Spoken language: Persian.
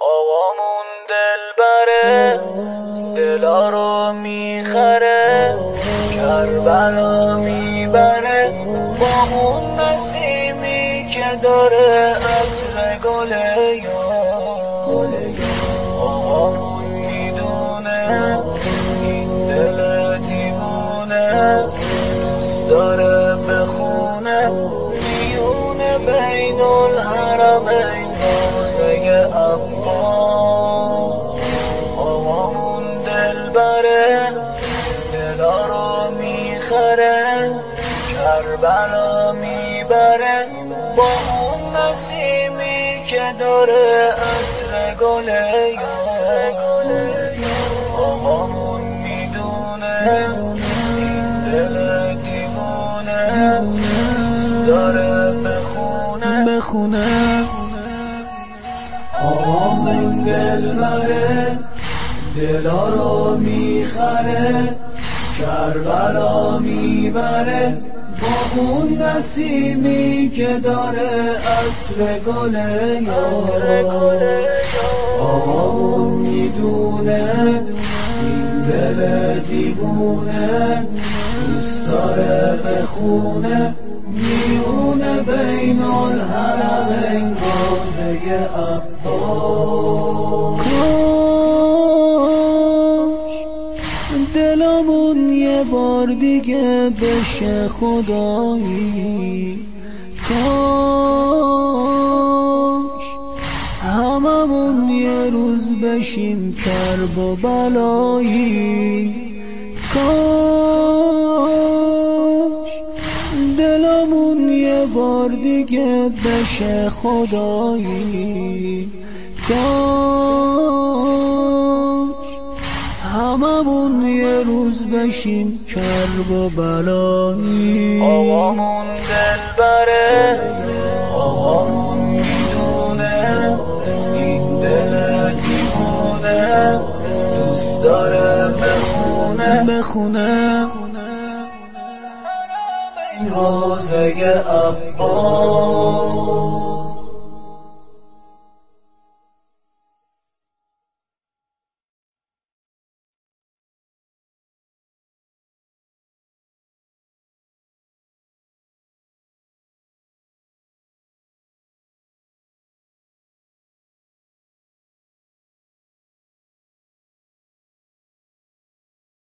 آقامون دلبره، دلا رو میخره، کربلا میبره با اون نسیمی که داره عطر گل یار. آقامون میدونه این دل دیوونه دوست داره بخونه میونه بین الحرمین روزه عباس. آقامون دلبره، دلا رو میخره، کربلا میبره با اون نسیمی که داره عطر گل یار. آقامون میدونه این دل دیوونه دوست داره بخونه. آقامون دلبره، دلا رو میخره، کربلا میبره با اون نسیمی که داره عطر گل یار. آقامون میدونه این دل دیوونه دوست داره بخونه میونه بین الحرمین روزه عباس. دلمون یه بار دیگه بشه خدایی، کاش هممون یه روز بشیم کرب و بلایی، کاش دلمون یه بار دیگه بشه خدایی، کاش هممون یه روز بشیم کرب و بلایی. آقامون دلبره، آقامون میدونه این دل دیوونه دوست داره بخونه روزه عباس.